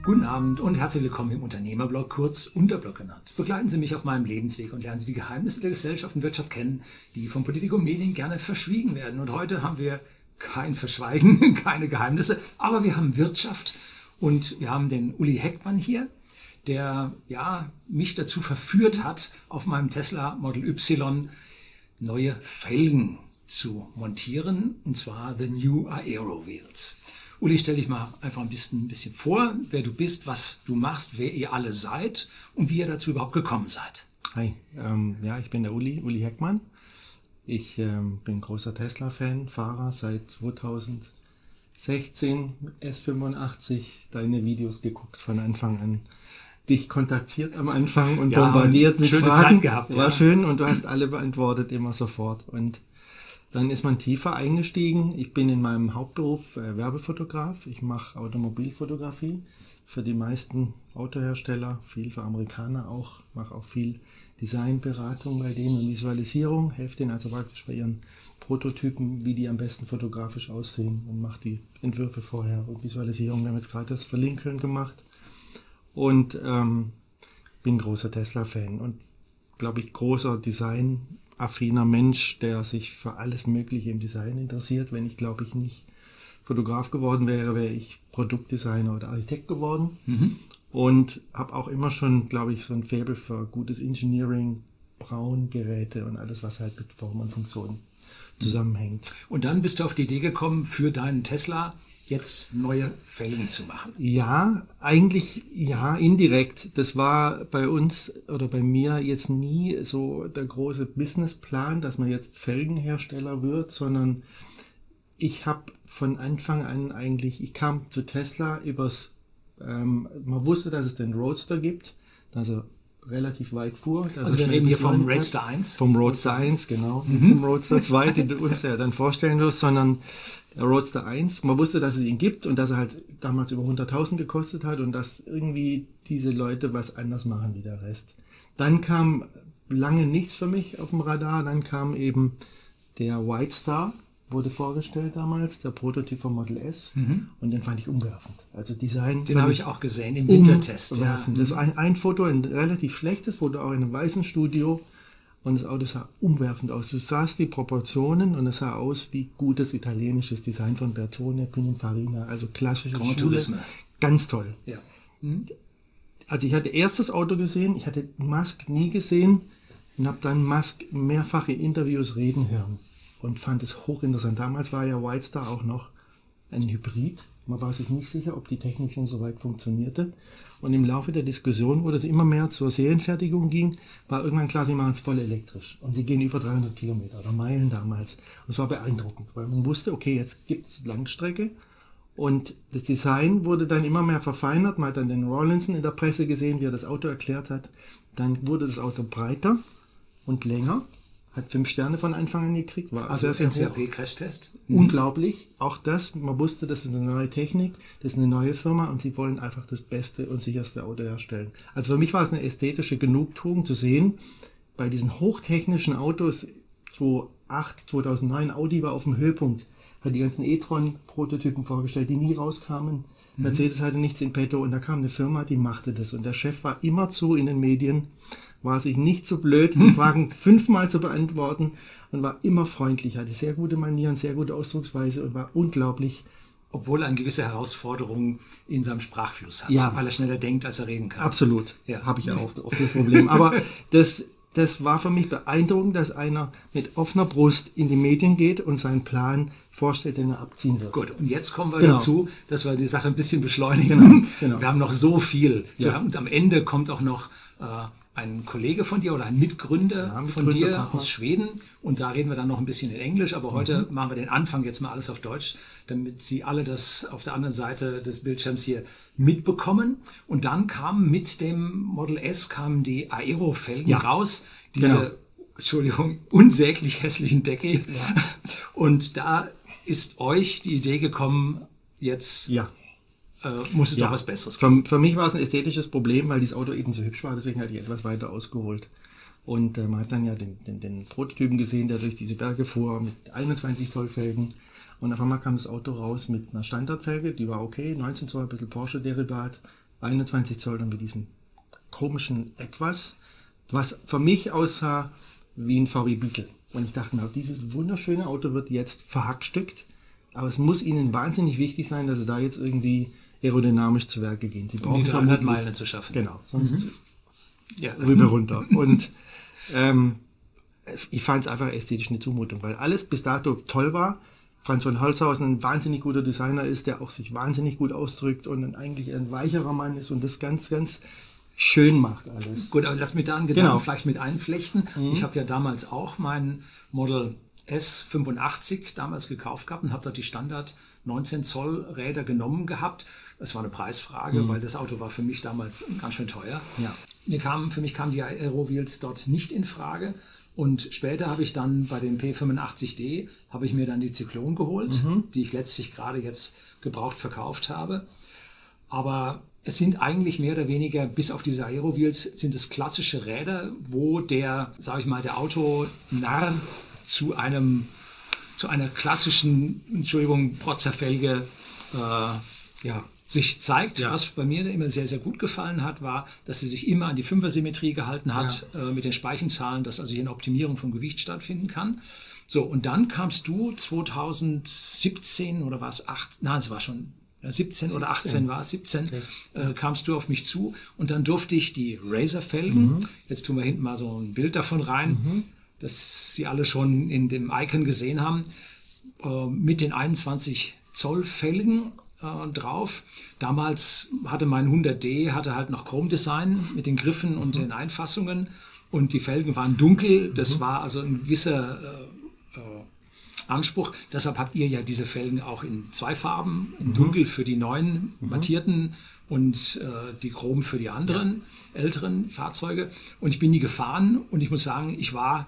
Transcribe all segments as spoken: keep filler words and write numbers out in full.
Guten Abend und herzlich willkommen im Unternehmerblog, kurz Unterblog genannt. Begleiten Sie mich auf meinem Lebensweg und lernen Sie die Geheimnisse der Gesellschaft und Wirtschaft kennen, die von Politik und Medien gerne verschwiegen werden. Und heute haben wir kein Verschweigen, keine Geheimnisse, aber wir haben Wirtschaft und wir haben den Uli Heckmann hier, der ja, mich dazu verführt hat, auf meinem Tesla Model Y neue Felgen zu montieren, und zwar The New Aero Wheels. Uli, stell dich mal einfach ein bisschen, ein bisschen vor, wer du bist, was du machst, wer ihr alle seid und wie ihr dazu überhaupt gekommen seid. Hi, ähm, ja, ich bin der Uli, Uli Heckmann. Ich ähm, bin großer Tesla-Fan, Fahrer seit zweitausendsechzehn, S fünfundachtzig, deine Videos geguckt von Anfang an. Dich kontaktiert am Anfang und ja, bombardiert mit schöne Fragen. Zeit gehabt, war ja. schön und du hast alle beantwortet, immer sofort. Und dann ist man tiefer eingestiegen. Ich bin in meinem Hauptberuf äh, Werbefotograf. Ich mache Automobilfotografie für die meisten Autohersteller, viel für Amerikaner auch. Mache auch viel Designberatung bei denen und Visualisierung. Helfe denen also praktisch bei ihren Prototypen, wie die am besten fotografisch aussehen, und mache die Entwürfe vorher und Visualisierung. Wir haben jetzt gerade das für Lincoln gemacht und ähm, bin großer Tesla-Fan und, glaube ich, großer Design affiner Mensch, der sich für alles Mögliche im Design interessiert. Wenn ich, glaube ich, nicht Fotograf geworden wäre, wäre ich Produktdesigner oder Architekt geworden. Mhm. Und habe auch immer schon, glaube ich, so ein Faible für gutes Engineering, Braungeräte und alles, was halt mit Form und Funktion zusammenhängt. Und dann bist du auf die Idee gekommen, für deinen Tesla jetzt neue Felgen zu machen. Ja, eigentlich ja, indirekt. Das war bei uns oder bei mir jetzt nie so der große Businessplan, dass man jetzt Felgenhersteller wird, sondern ich habe von Anfang an eigentlich, ich kam zu Tesla übers, ähm, man wusste, dass es den Roadster gibt, dass er relativ weit fuhr. Also wir reden hier vom Roadster eins? Vom Roadster eins, genau. Mhm. Vom Roadster zwei, den du uns ja dann vorstellen wirst, sondern der Roadster eins. Man wusste, dass es ihn gibt und dass er halt damals über hunderttausend gekostet hat und dass irgendwie diese Leute was anders machen wie der Rest. Dann kam lange nichts für mich auf dem Radar. Dann kam eben der White Star, wurde vorgestellt damals, der Prototyp vom Model S. Mhm. Und den fand ich umwerfend. Also Design. Den habe ich auch gesehen im Wintertest. Umwerfend. Ja. Das ist ein, ein Foto, ein relativ schlechtes Foto, auch in einem weißen Studio. Und das Auto sah umwerfend aus. Du sahst die Proportionen und es sah aus wie gutes italienisches Design von Bertone, Pininfarina, also klassische Grand Schule. Turismo. Ganz toll. Ja. Mhm. Also ich hatte erst das Auto gesehen, ich hatte Musk nie gesehen und habe dann Musk mehrfach in Interviews reden hören und fand es hochinteressant. Damals war ja White Star auch noch ein Hybrid. Man war sich nicht sicher, ob die Technik schon so weit funktionierte. Und im Laufe der Diskussion, wo das immer mehr zur Serienfertigung ging, war irgendwann klar, sie machen es voll elektrisch. Und sie gehen über dreihundert Kilometer oder Meilen damals. Und es war beeindruckend, weil man wusste, okay, jetzt gibt es Langstrecke. Und das Design wurde dann immer mehr verfeinert. Man hat dann den Rawlinson in der Presse gesehen, wie er das Auto erklärt hat. Dann wurde das Auto breiter und länger. Hat fünf Sterne von Anfang an gekriegt. War also sehr, N sehr C A P-Crashtest? Mhm. Unglaublich. Auch das, man wusste, das ist eine neue Technik, das ist eine neue Firma und sie wollen einfach das beste und sicherste Auto herstellen. Also für mich war es eine ästhetische Genugtuung zu sehen, bei diesen hochtechnischen Autos, zweitausendacht, zweitausendneun, Audi war auf dem Höhepunkt, hat die ganzen e-tron-Prototypen vorgestellt, die nie rauskamen. Mhm. Mercedes hatte nichts in petto und da kam eine Firma, die machte das. Und der Chef war immerzu in den Medien, war sich nicht so blöd, die Fragen fünfmal zu beantworten und war immer freundlich, hatte sehr gute Manieren, sehr gute Ausdrucksweise und war unglaublich. Obwohl er eine gewisse Herausforderung in seinem Sprachfluss hat, ja, weil er schneller denkt, als er reden kann. Absolut, ja. Habe ich ja auch oft das Problem. Aber das, das war für mich beeindruckend, dass einer mit offener Brust in die Medien geht und seinen Plan vorstellt, den er abziehen wird. Gut, und jetzt kommen wir genau. dazu, dass wir die Sache ein bisschen beschleunigen. Genau, genau. Wir haben noch so viel. Ja. Und am Ende kommt auch noch äh, ein Kollege von dir oder ein Mitgründer, ja, von dir Partner. Aus Schweden. Und da reden wir dann noch ein bisschen in Englisch. Aber heute mhm. machen wir den Anfang jetzt mal alles auf Deutsch, damit Sie alle das auf der anderen Seite des Bildschirms hier mitbekommen. Und dann kam mit dem Model S kamen die Aero-Felgen ja. raus. Diese, genau. Entschuldigung, unsäglich hässlichen Deckel. Ja. Und da ist euch die Idee gekommen, jetzt ja. äh, muss es ja. doch was Besseres geben. Für, für mich war es ein ästhetisches Problem, weil dieses Auto eben so hübsch war, deswegen hatte ich etwas weiter ausgeholt. Und äh, man hat dann ja den, den, den Prototypen gesehen, der durch diese Berge fuhr mit einundzwanzig Zoll-Felgen. Und auf einmal kam das Auto raus mit einer Standardfelge, die war okay, neunzehn Zoll, ein bisschen Porsche-Derivat, einundzwanzig Zoll dann mit diesem komischen Etwas, was für mich aussah wie ein V W Beetle. Und ich dachte mir, dieses wunderschöne Auto wird jetzt verhackstückt, aber es muss ihnen wahnsinnig wichtig sein, dass sie da jetzt irgendwie aerodynamisch zu Werke gehen. Sie brauchen um die dreihundert Meilen zu schaffen. Genau, sonst mhm. ja. rüber runter. Und ähm, ich fand es einfach ästhetisch eine Zumutung, weil alles bis dato toll war. Franz von Holzhausen ein wahnsinnig guter Designer ist, der auch sich wahnsinnig gut ausdrückt und ein, eigentlich ein weicherer Mann ist und das ganz, ganz schön macht alles. Gut, aber lass mich da einen Gedanken Genau. vielleicht mit einflechten. Mhm. Ich habe ja damals auch mein Model S fünfundachtzig damals gekauft gehabt und habe dort die Standard neunzehn Zoll Räder genommen gehabt. Es war eine Preisfrage, mhm. weil das Auto war für mich damals ganz schön teuer. Ja. Mir kam, für mich kamen die Aero-Wheels dort nicht in Frage. Und später habe ich dann bei dem P fünfundachtzig D, habe ich mir dann die Zyklon geholt, mhm. die ich letztlich gerade jetzt gebraucht verkauft habe. Aber es sind eigentlich mehr oder weniger, bis auf diese Aero-Wheels, sind es klassische Räder, wo der, sage ich mal, der Autonarr zu einem, zu einer klassischen, Entschuldigung, Protzerfelge äh, ja. sich zeigt. Ja. Was bei mir immer sehr, sehr gut gefallen hat, war, dass sie sich immer an die Fünfer-Symmetrie gehalten hat, ja. äh, mit den Speichenzahlen, dass also hier eine Optimierung vom Gewicht stattfinden kann. So, und dann kamst du zweitausendsiebzehn oder war es acht, nein, es war schon siebzehn oder achtzehn war es, siebzehn, äh, kamst du auf mich zu und dann durfte ich die Razer-Felgen, mhm. jetzt tun wir hinten mal so ein Bild davon rein, mhm. das Sie alle schon in dem Icon gesehen haben, äh, mit den einundzwanzig Zoll Felgen äh, drauf. Damals hatte mein hundert D hatte halt noch Chrome-Design mit den Griffen und mhm. den Einfassungen und die Felgen waren dunkel. Das mhm. war also ein gewisser äh, äh, Anspruch. Deshalb habt ihr ja diese Felgen auch in zwei Farben, in mhm. dunkel für die neuen mhm. mattierten und äh, die Chrom für die anderen ja. älteren Fahrzeuge. Und ich bin die gefahren und ich muss sagen, ich war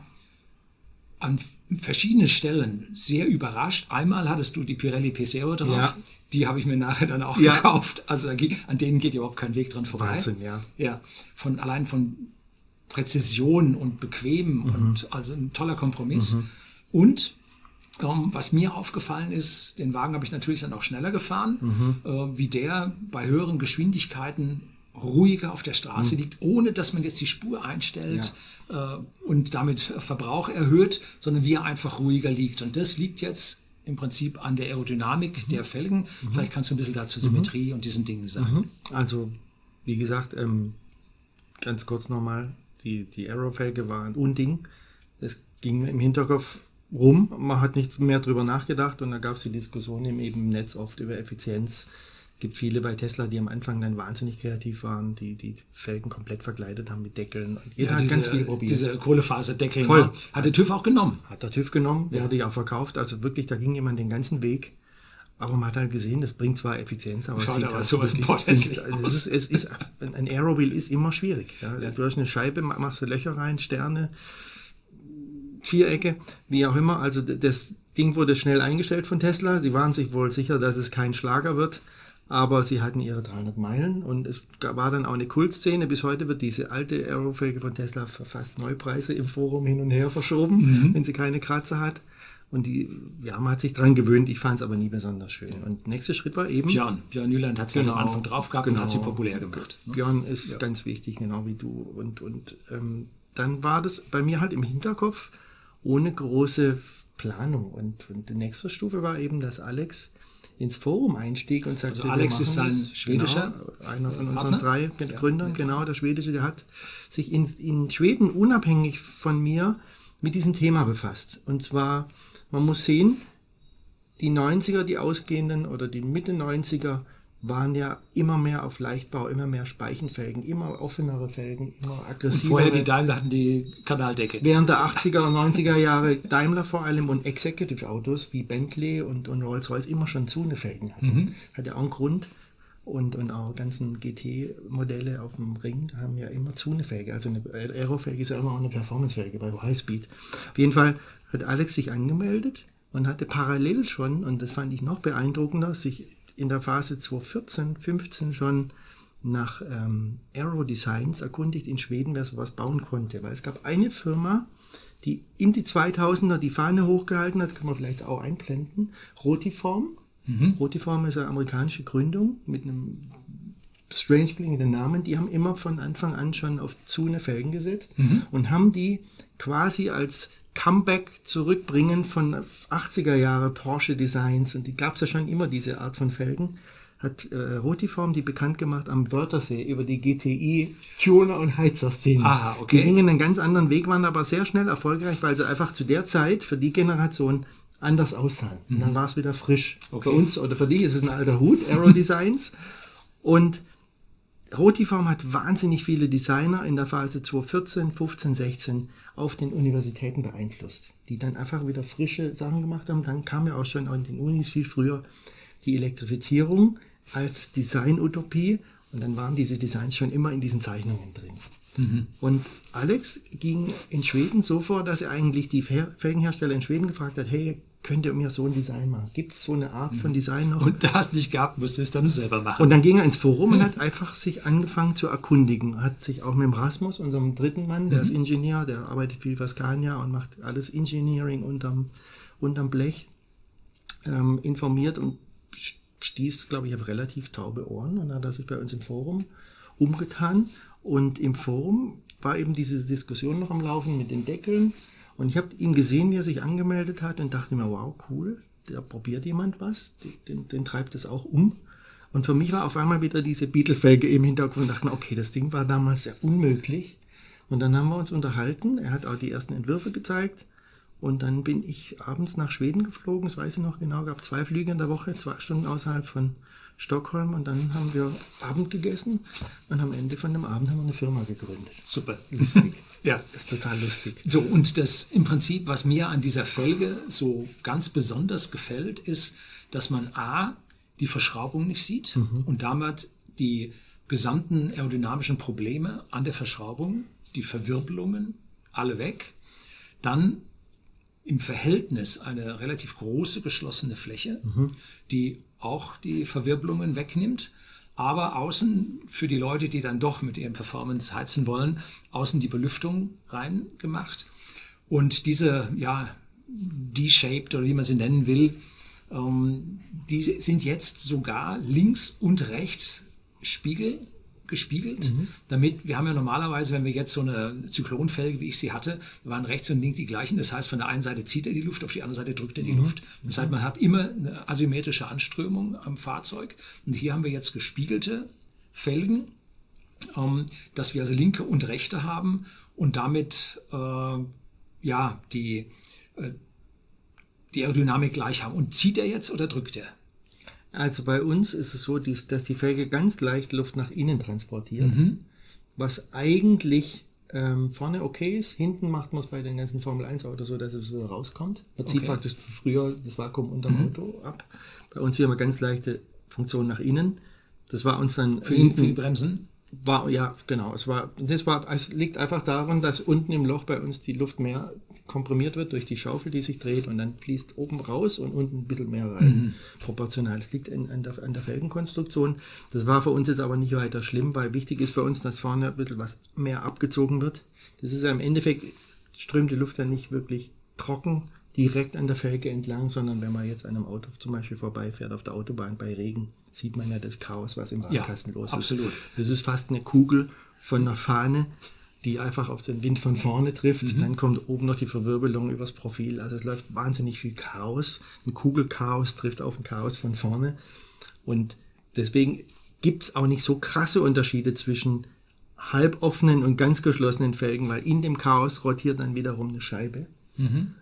an verschiedenen Stellen sehr überrascht. Einmal hattest du die Pirelli P Zero drauf. Ja. Die habe ich mir nachher dann auch ja. gekauft. Also an denen geht überhaupt kein Weg dran vorbei. Wahnsinn, ja. Ja, von, allein von Präzision und bequem mhm. und also ein toller Kompromiss. Mhm. Und ähm, was mir aufgefallen ist, den Wagen habe ich natürlich dann auch schneller gefahren, mhm. äh, wie der bei höheren Geschwindigkeiten ruhiger auf der Straße mhm. liegt, ohne dass man jetzt die Spur einstellt ja. äh, und damit Verbrauch erhöht, sondern wie er einfach ruhiger liegt. Und das liegt jetzt im Prinzip an der Aerodynamik mhm. der Felgen. Mhm. Vielleicht kannst du ein bisschen dazu Symmetrie mhm. und diesen Dingen sagen. Mhm. Also, wie gesagt, ähm, ganz kurz nochmal, die, die Aero-Felge war ein Unding. Das ging im Hinterkopf rum. Man hat nicht mehr drüber nachgedacht und da gab es die Diskussion im, eben im Netz oft über Effizienz. Es gibt viele bei Tesla, die am Anfang dann wahnsinnig kreativ waren, die die Felgen komplett verkleidet haben mit Deckeln. Und jeder ja, hat diese, ganz viel probiert. Diese Kohlefaserdeckel Toll. Hat der TÜV auch genommen. Hat der TÜV genommen, ja. der hatte ich auch verkauft. Also wirklich, da ging jemand den ganzen Weg. Aber man hat halt gesehen, das bringt zwar Effizienz, aber Schaut es sieht aber halt so wirklich, es ist, es ist, ein Aero-Wheel ist immer schwierig. Ja. Ja. Du hast eine Scheibe, machst du Löcher rein, Sterne, Vierecke, wie auch immer. Also das Ding wurde schnell eingestellt von Tesla. Sie waren sich wohl sicher, dass es kein Schlager wird. Aber sie hatten ihre dreihundert Meilen und es war dann auch eine Kultszene. Bis heute wird diese alte Aero-Felge von Tesla für fast Neupreise im Forum hin und her verschoben, mhm. wenn sie keine Kratzer hat. Und die, ja, man hat sich dran gewöhnt. Ich fand es aber nie besonders schön. Und nächster Schritt war eben... Björn. Björn Nyland hat sie genau, am Anfang drauf gehabt genau, und hat sie populär gemacht. Ne? Björn ist ja. ganz wichtig, genau wie du. Und, und ähm, dann war das bei mir halt im Hinterkopf ohne große Planung. Und, und die nächste Stufe war eben, dass Alex ins Forum einstieg und sagte, also Alex ist ein schwedischer genau, einer von unseren drei Gründern, ja, genau, der schwedische, der hat sich in, in Schweden unabhängig von mir mit diesem Thema befasst. Und zwar, man muss sehen, die neunziger, die ausgehenden oder die Mitte neunziger waren ja immer mehr auf Leichtbau, immer mehr Speichenfelgen, immer offenere Felgen, immer aggressivere. Und vorher die Daimler hatten die Kanaldecke. Während der achtziger und neunziger Jahre Daimler vor allem und Executive-Autos wie Bentley und, und Rolls-Royce immer schon Zune-Felgen hatten. Mhm. Hat ja auch einen Grund. Und, und auch ganzen G T-Modelle auf dem Ring haben ja immer Zune-Felge. Also eine Aero-Felge ist ja immer auch eine Performance-Felge bei Highspeed. Auf jeden Fall hat Alex sich angemeldet und hatte parallel schon, und das fand ich noch beeindruckender, sich in der Phase zweitausendvierzehn, fünfzehn schon nach ähm, Aero-Designs erkundigt in Schweden, wer sowas bauen konnte. Weil es gab eine Firma, die in die zweitausender die Fahne hochgehalten hat, kann man vielleicht auch einblenden, Rotiform. Mhm. Rotiform ist eine amerikanische Gründung mit einem strange klingende Namen, die haben immer von Anfang an schon auf zu eine Felgen gesetzt Mhm. und haben die quasi als Comeback zurückbringen von achtziger Jahre Porsche Designs, und die gab es ja schon immer, diese Art von Felgen, hat äh, Rotiform die bekannt gemacht am Wörthersee über die G T I-Tuner- und Heizer-Szene. Aha, okay. Die gingen einen ganz anderen Weg, waren aber sehr schnell erfolgreich, weil sie einfach zu der Zeit für die Generation anders aussahen. Und dann war es wieder frisch. Okay. Für uns oder für dich ist es ein alter Hut, Aero Designs. Und Rotiform hat wahnsinnig viele Designer in der Phase zweitausendvierzehn, fünfzehn, sechzehn auf den Universitäten beeinflusst, die dann einfach wieder frische Sachen gemacht haben. Dann kam ja auch schon an den Unis viel früher die Elektrifizierung als Design-Utopie, und dann waren diese Designs schon immer in diesen Zeichnungen drin. Mhm. Und Alex ging in Schweden so vor, dass er eigentlich die Felgenhersteller in Schweden gefragt hat, hey, könnt ihr mir so ein Design machen? Gibt es so eine Art von Design noch? Und da es nicht gab, musste es dann selber machen. Und dann ging er ins Forum und hat einfach sich angefangen zu erkundigen. Hat sich auch mit dem Rasmus, unserem dritten Mann, der Mhm. ist Ingenieur, der arbeitet viel für Scania und macht alles Engineering unterm, unterm Blech, ähm, informiert und stieß, glaube ich, auf relativ taube Ohren. Und dann hat er sich bei uns im Forum umgetan. Und im Forum war eben diese Diskussion noch am Laufen mit den Deckeln. Und ich habe ihn gesehen, wie er sich angemeldet hat, und dachte mir, wow, cool, da probiert jemand was, den, den treibt es auch um. Und für mich war auf einmal wieder diese Beetle-Felge im Hintergrund und dachte mir, okay, das Ding war damals sehr unmöglich. Und dann haben wir uns unterhalten, er hat auch die ersten Entwürfe gezeigt. Und dann bin ich abends nach Schweden geflogen, das weiß ich noch genau, gab zwei Flüge in der Woche, zwei Stunden außerhalb von Stockholm, und dann haben wir Abend gegessen und am Ende von dem Abend haben wir eine Firma gegründet. Super. Lustig. Ja. Ist total lustig. So, und das im Prinzip, was mir an dieser Felge so ganz besonders gefällt, ist, dass man A, die Verschraubung nicht sieht Mhm. und damit die gesamten aerodynamischen Probleme an der Verschraubung, die Verwirbelungen, alle weg. Dann im Verhältnis eine relativ große geschlossene Fläche, Mhm. die auch die Verwirbelungen wegnimmt, aber außen für die Leute, die dann doch mit ihrem Performance heizen wollen, außen die Belüftung reingemacht. Und diese, ja, D-shaped oder wie man sie nennen will, ähm, die sind jetzt sogar links und rechts Spiegel gespiegelt, Mhm. damit, wir haben ja normalerweise, wenn wir jetzt so eine Zyklonfelge, wie ich sie hatte, waren rechts und links die gleichen. Das heißt, von der einen Seite zieht er die Luft, auf die andere Seite drückt er die Mhm. Luft. Das heißt, man hat immer eine asymmetrische Anströmung am Fahrzeug. Und hier haben wir jetzt gespiegelte Felgen, ähm, dass wir also linke und rechte haben und damit äh, ja die, äh, die Aerodynamik gleich haben. Und zieht er jetzt oder drückt er? Also bei uns ist es so, dass die Felge ganz leicht Luft nach innen transportiert, Mhm. was eigentlich ähm, vorne okay ist. Hinten macht man es bei den ganzen Formel eins Autos so, dass es wieder rauskommt. Man zieht Okay. praktisch früher das Vakuum unterm Mhm. Auto ab. Bei uns wir haben eine ganz leichte Funktion nach innen. Das war uns dann Für die, für die Bremsen? War, ja, genau. Es war, das war, es liegt einfach daran, dass unten im Loch bei uns die Luft mehr komprimiert wird durch die Schaufel, die sich dreht, und dann fließt oben raus und unten ein bisschen mehr rein. Mhm. Proportional. Das liegt an, an, der, an der Felgenkonstruktion. Das war für uns jetzt aber nicht weiter schlimm, weil wichtig ist für uns, dass vorne ein bisschen was mehr abgezogen wird. Das ist ja im Endeffekt, strömt die Luft ja nicht wirklich trocken direkt an der Felge entlang, sondern wenn man jetzt an einem Auto zum Beispiel vorbeifährt auf der Autobahn bei Regen, sieht man ja das Chaos, was im Radkasten Ja, los ist. absolut. Das ist fast eine Kugel von einer Fahne, die einfach auf den Wind von vorne trifft. Mhm. Dann kommt oben noch die Verwirbelung übers Profil. Also es läuft wahnsinnig viel Chaos. Ein Kugelchaos trifft auf ein Chaos von vorne. Und deswegen gibt es auch nicht so krasse Unterschiede zwischen halboffenen und ganz geschlossenen Felgen, weil in dem Chaos rotiert dann wiederum eine Scheibe. Mhm.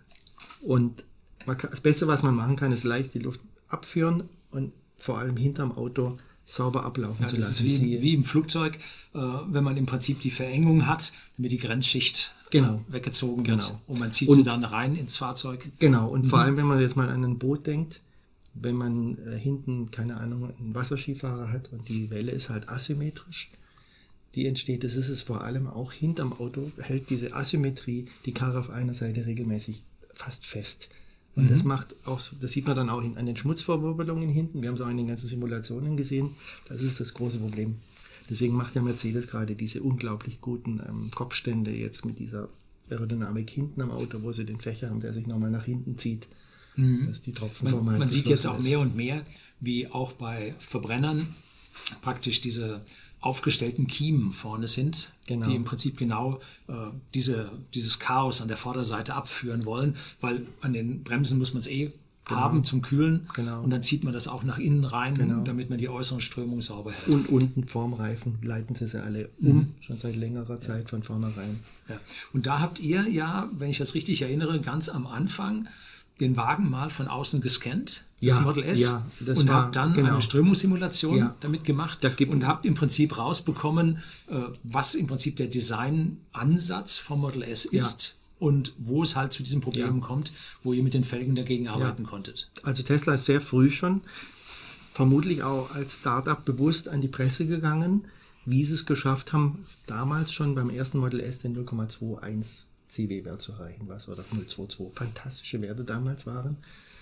Und man kann, das Beste, was man machen kann, ist leicht die Luft abführen und vor allem hinterm Auto sauber ablaufen Ja, zu das lassen. ist wie, Sie- wie im Flugzeug, äh, wenn man im Prinzip die Verengung hat, damit die Grenzschicht Genau. äh, weggezogen Genau. wird. Und man zieht Und- sie dann rein ins Fahrzeug. Genau, und vor Mhm. allem, wenn man jetzt mal an ein Boot denkt, wenn man äh, hinten, keine Ahnung, einen Wasserskifahrer hat und die Welle ist halt asymmetrisch, die entsteht, das ist es vor allem auch hinterm Auto, hält diese Asymmetrie die Karre auf einer Seite regelmäßig fast fest. Und Mhm. das macht auch, so- das sieht man dann auch in, an den Schmutzverwirbelungen hinten, wir haben es auch in den ganzen Simulationen gesehen, das ist das große Problem. Deswegen macht der Mercedes gerade diese unglaublich guten ähm, Kopfstände jetzt mit dieser Aerodynamik hinten am Auto, wo sie den Fächer haben, der sich nochmal nach hinten zieht, dass die Tropfen Man, man sieht jetzt auch mehr und mehr, wie auch bei Verbrennern praktisch diese aufgestellten Kiemen vorne sind, Genau. die im Prinzip genau äh, diese, dieses Chaos an der Vorderseite abführen wollen, weil an den Bremsen muss man es eh Genau. haben zum Kühlen Genau. und dann zieht man das auch nach innen rein, Genau. damit man die äußeren Strömungen sauber hält. Und unten vorm Reifen leiten sie sie alle um, mhm. schon seit längerer Zeit von vornherein. Ja. Und da habt ihr ja, wenn ich das richtig erinnere, ganz am Anfang den Wagen mal von außen gescannt, das ja, Model S, ja, das und war, habt dann genau. eine Strömungssimulation ja. damit gemacht da gibt, und habt im Prinzip rausbekommen, was im Prinzip der Designansatz vom Model S ist ja. und wo es halt zu diesen Problemen ja. kommt, wo ihr mit den Felgen dagegen arbeiten ja. konntet. Also Tesla ist sehr früh schon, vermutlich auch als Startup bewusst an die Presse gegangen, wie sie es geschafft haben, damals schon beim ersten Model S den null Komma einundzwanzig C W-Wert zu erreichen, was oder null Komma zweiundzwanzig fantastische Werte damals waren.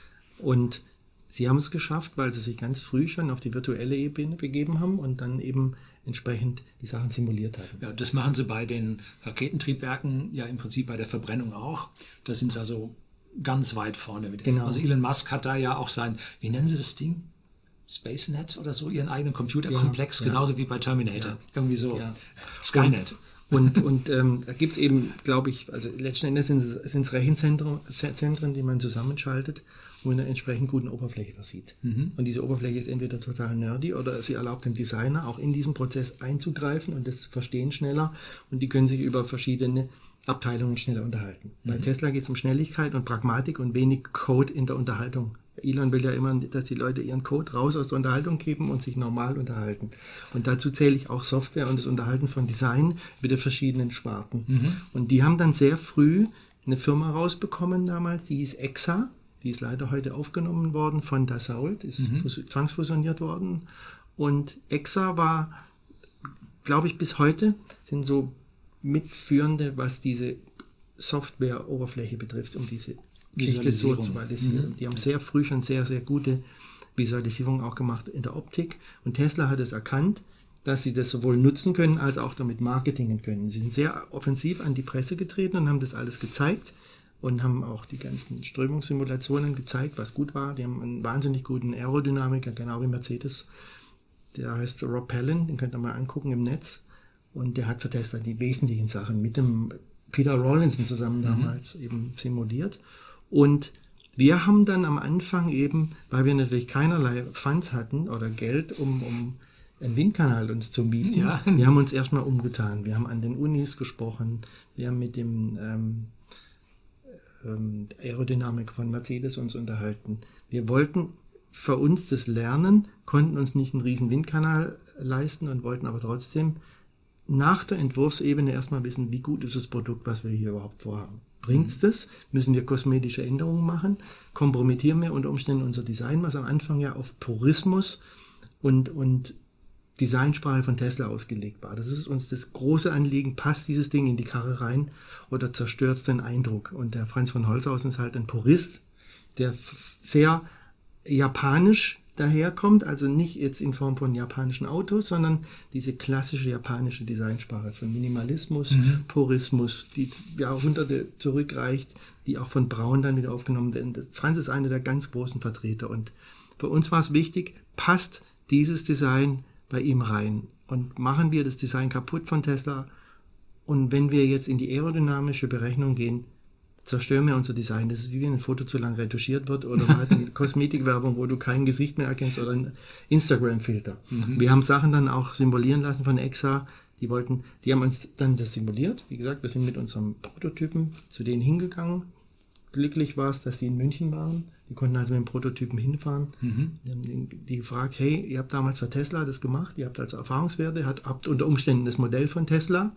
Und sie haben es geschafft, weil sie sich ganz früh schon auf die virtuelle Ebene begeben haben und dann eben entsprechend die Sachen simuliert haben. Ja, das machen sie bei den Raketentriebwerken ja im Prinzip bei der Verbrennung auch. Da sind sie also ganz weit vorne mit. Genau. Also Elon Musk hat da ja auch sein, wie nennen sie das Ding? SpaceNet oder so, ihren eigenen Computerkomplex, ja, ja. genauso wie bei Terminator. Ja. Irgendwie so. Ja. Skynet. Und, und ähm, da gibt es eben, glaube ich, also letzten Endes sind es Rechenzentren, Zentren, die man zusammenschaltet und eine entsprechend guten Oberfläche versieht. Mhm. Und diese Oberfläche ist entweder total nerdy oder sie erlaubt dem Designer auch in diesen Prozess einzugreifen und das Verstehen schneller und die können sich über verschiedene Abteilungen schneller unterhalten. Mhm. Bei Tesla geht es um Schnelligkeit und Pragmatik und wenig Code in der Unterhaltung. Elon will ja immer, dass die Leute ihren Code raus aus der Unterhaltung geben und sich normal unterhalten. Und dazu zähle ich auch Software und das Unterhalten von Design mit den verschiedenen Sparten. Mhm. Und die haben dann sehr früh eine Firma rausbekommen damals, die hieß Exa. Die ist leider heute aufgenommen worden von Dassault, ist mhm. zwangsfusioniert worden. Und Exa war, glaube ich, bis heute sind so Mitführende, was diese Software-Oberfläche betrifft, um diese Geschichte so zu visualisieren. Mhm. Die haben sehr früh schon sehr, sehr gute Visualisierung auch gemacht in der Optik. Und Tesla hat es erkannt, dass sie das sowohl nutzen können, als auch damit marketingen können. Sie sind sehr offensiv an die Presse getreten und haben das alles gezeigt und haben auch die ganzen Strömungssimulationen gezeigt, was gut war. Die haben einen wahnsinnig guten Aerodynamiker, genau wie Mercedes. Der heißt Rob Pellin, den könnt ihr mal angucken im Netz. Und der hat für Tesla die wesentlichen Sachen mit dem Peter Rawlinson zusammen damals mhm. eben simuliert. Und wir haben dann am Anfang eben, weil wir natürlich keinerlei Funds hatten oder Geld, um, um einen Windkanal uns zu mieten, ja. wir haben uns erstmal umgetan. Wir haben an den Unis gesprochen, wir haben mit dem ähm, ähm, Aerodynamik von Mercedes uns unterhalten. Wir wollten für uns das lernen, konnten uns nicht einen riesen Windkanal leisten und wollten aber trotzdem nach der Entwurfsebene erstmal wissen, wie gut ist das Produkt, was wir hier überhaupt vorhaben. Bringt es das? Müssen wir kosmetische Änderungen machen? Kompromittieren wir unter Umständen unser Design, was am Anfang ja auf Purismus und, und Designsprache von Tesla ausgelegt war. Das ist uns das große Anliegen, passt dieses Ding in die Karre rein oder zerstört es den Eindruck? Und der Franz von Holzhausen ist halt ein Purist, der sehr japanisch daherkommt, also nicht jetzt in Form von japanischen Autos, sondern diese klassische japanische Designsprache von Minimalismus, mhm. Purismus, die Jahrhunderte zurückreicht, die auch von Braun dann wieder aufgenommen werden. Franz ist einer der ganz großen Vertreter und für uns war es wichtig, passt dieses Design bei ihm rein und machen wir das Design kaputt von Tesla und wenn wir jetzt in die aerodynamische Berechnung gehen, zerstören wir unser Design. Das ist wie wenn ein Foto zu lang retuschiert wird oder man hat eine Kosmetikwerbung, wo du kein Gesicht mehr erkennst oder ein Instagram-Filter. Mhm. Wir haben Sachen dann auch simulieren lassen von Exa. Die wollten, die haben uns dann das simuliert. Wie gesagt, wir sind mit unserem Prototypen zu denen hingegangen. Glücklich war es, dass die in München waren. Die konnten also mit dem Prototypen hinfahren. Mhm. Die haben die gefragt, hey, ihr habt damals für Tesla das gemacht, ihr habt also Erfahrungswerte, habt unter Umständen das Modell von Tesla,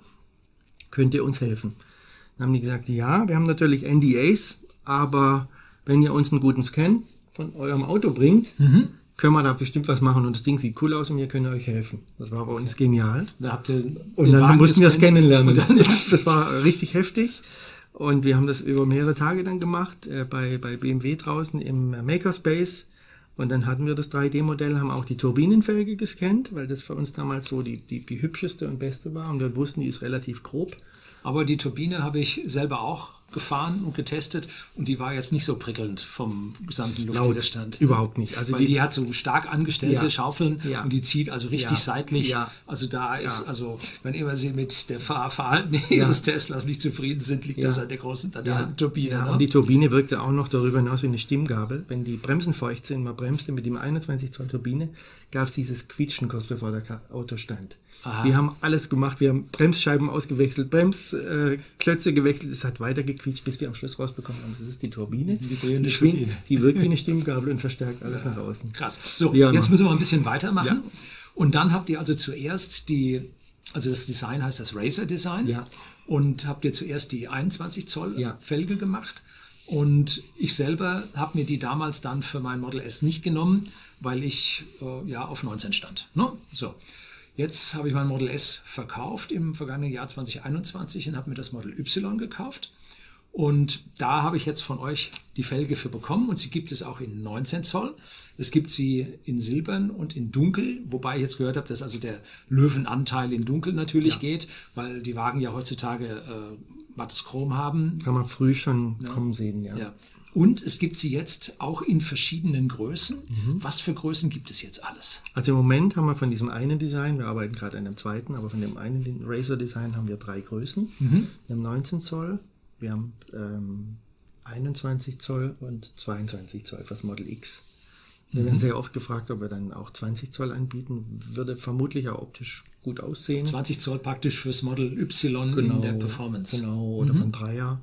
könnt ihr uns helfen? Dann haben die gesagt, ja, wir haben natürlich N D As, aber wenn ihr uns einen guten Scan von eurem Auto bringt, mhm. können wir da bestimmt was machen und das Ding sieht cool aus und wir können euch helfen. Das war bei uns genial. Da habt ihr und dann Wagen mussten wir es kennenlernen. Das war richtig heftig und wir haben das über mehrere Tage dann gemacht, äh, bei, bei B M W draußen im Makerspace und dann hatten wir das drei D-Modell, haben auch die Turbinenfelge gescannt, weil das für uns damals so die, die, die hübscheste und beste war und wir wussten, die ist relativ grob. Aber die Turbine habe ich selber auch gefahren und getestet und die war jetzt nicht so prickelnd vom gesamten Luftwiderstand. Laut, überhaupt nicht. Also Weil die, die hat so stark angestellte ja, Schaufeln ja, und die zieht also richtig ja, seitlich. Ja, also da ist, ja. also wenn immer Sie mit der Fahrverhalten Ja. Ihres Teslas nicht zufrieden sind, liegt Ja. das an der großen, an der Ja. alten Turbine. Ja, Ne? und die Turbine wirkte auch noch darüber hinaus wie eine Stimmgabel. Wenn die Bremsen feucht sind, man bremste mit dem einundzwanzig Zoll Turbine, gab es dieses Quietschen kurz bevor der Ka- Auto stand. Aha. Wir haben alles gemacht, wir haben Bremsscheiben ausgewechselt, Bremsklötze äh, Klötze gewechselt, es hat weiter gequietscht, bis wir am Schluss rausbekommen haben, das ist die Turbine. Die drehende die, schwingt- Turbine. die wirkt wie eine Stimmgabel und verstärkt alles Ja. nach außen. Krass. So, Ja, jetzt Mann. müssen wir ein bisschen weitermachen. Ja. Und dann habt ihr also zuerst die, also das Design heißt das Racer Design. Ja. Und habt ihr zuerst die einundzwanzig Zoll Ja. Felge gemacht. Und ich selber habe mir die damals dann für mein Model S nicht genommen, weil ich äh, ja auf neunzehn stand. Ne? So. Jetzt habe ich mein Model S verkauft im vergangenen Jahr zwanzig einundzwanzig und habe mir das Model Y gekauft. Und da habe ich jetzt von euch die Felge für bekommen und sie gibt es auch in neunzehn Zoll. Es gibt sie in Silbern und in Dunkel, wobei ich jetzt gehört habe, dass also der Löwenanteil in Dunkel natürlich Ja. geht, weil die Wagen ja heutzutage äh, mattes Chrom haben. Kann man früh schon kommen sehen, ja. Ja. Und es gibt sie jetzt auch in verschiedenen Größen. Mhm. Was für Größen gibt es jetzt alles? Also im Moment haben wir von diesem einen Design, wir arbeiten gerade an dem zweiten, aber von dem einen den Racer Design haben wir drei Größen. Mhm. Wir haben neunzehn Zoll, wir haben ähm, einundzwanzig Zoll und zweiundzwanzig Zoll für das Model X. Wir Mhm. werden sehr oft gefragt, ob wir dann auch zwanzig Zoll anbieten. Würde vermutlich auch optisch gut aussehen. zwanzig Zoll praktisch fürs Model Y in der Performance. Genau, oder Mhm. von Dreier.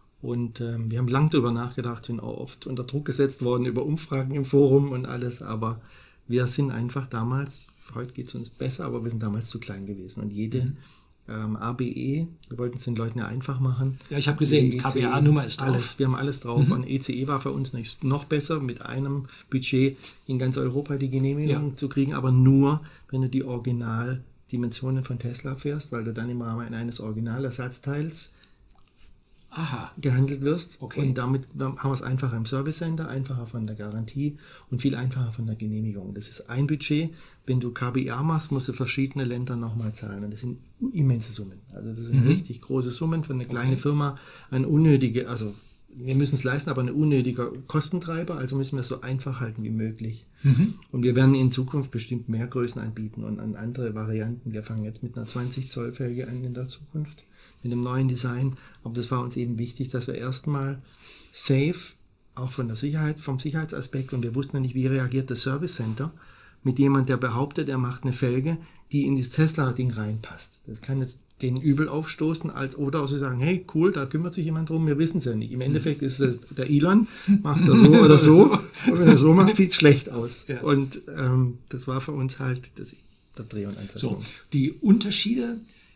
Und ähm, wir haben lange darüber nachgedacht, sind auch oft unter Druck gesetzt worden über Umfragen im Forum und alles, aber wir sind einfach damals, heute geht es uns besser, aber wir sind damals zu klein gewesen. Und jede Mhm. ähm, A B E, wir wollten es den Leuten ja einfach machen. Ja, ich habe gesehen, Die K B A-Nummer ist drauf. Alles, wir haben alles drauf. Mhm. Und E C E war für uns nicht, noch besser, mit einem Budget in ganz Europa die Genehmigung Ja. zu kriegen, aber nur, wenn du die Originaldimensionen von Tesla fährst, weil du dann im Rahmen eines Originalersatzteils Aha. gehandelt wirst. Okay. Und damit haben wir es einfacher im Service Center, einfacher von der Garantie und viel einfacher von der Genehmigung. Das ist ein Budget. Wenn du K B A machst, musst du verschiedene Länder nochmal zahlen. Und das sind immense Summen. Also das sind Mhm. richtig große Summen für eine kleine Okay. Firma. Ein unnötige, also wir müssen es leisten, aber ein unnötiger Kostentreiber. Also müssen wir es so einfach halten wie möglich. Mhm. Und wir werden in Zukunft bestimmt mehr Größen anbieten und an andere Varianten. Wir fangen jetzt mit einer zwanzig Zoll Felge an in der Zukunft, mit einem neuen Design. Aber das war uns eben wichtig, dass wir erstmal safe, auch von der Sicherheit, vom Sicherheitsaspekt, und wir wussten ja nicht, wie reagiert das Service Center mit jemand, der behauptet, er macht eine Felge, die in das Tesla-Ding reinpasst. Das kann jetzt den übel aufstoßen, als oder auch so sagen, hey, cool, da kümmert sich jemand drum, wir wissen es ja nicht. Im Endeffekt ist es der Elon, macht er so oder so, und wenn er so macht, sieht es schlecht aus. Ja. Und ähm, das war für uns halt das, der Dreh- und Ansatzpunkt. So, die Unterschiede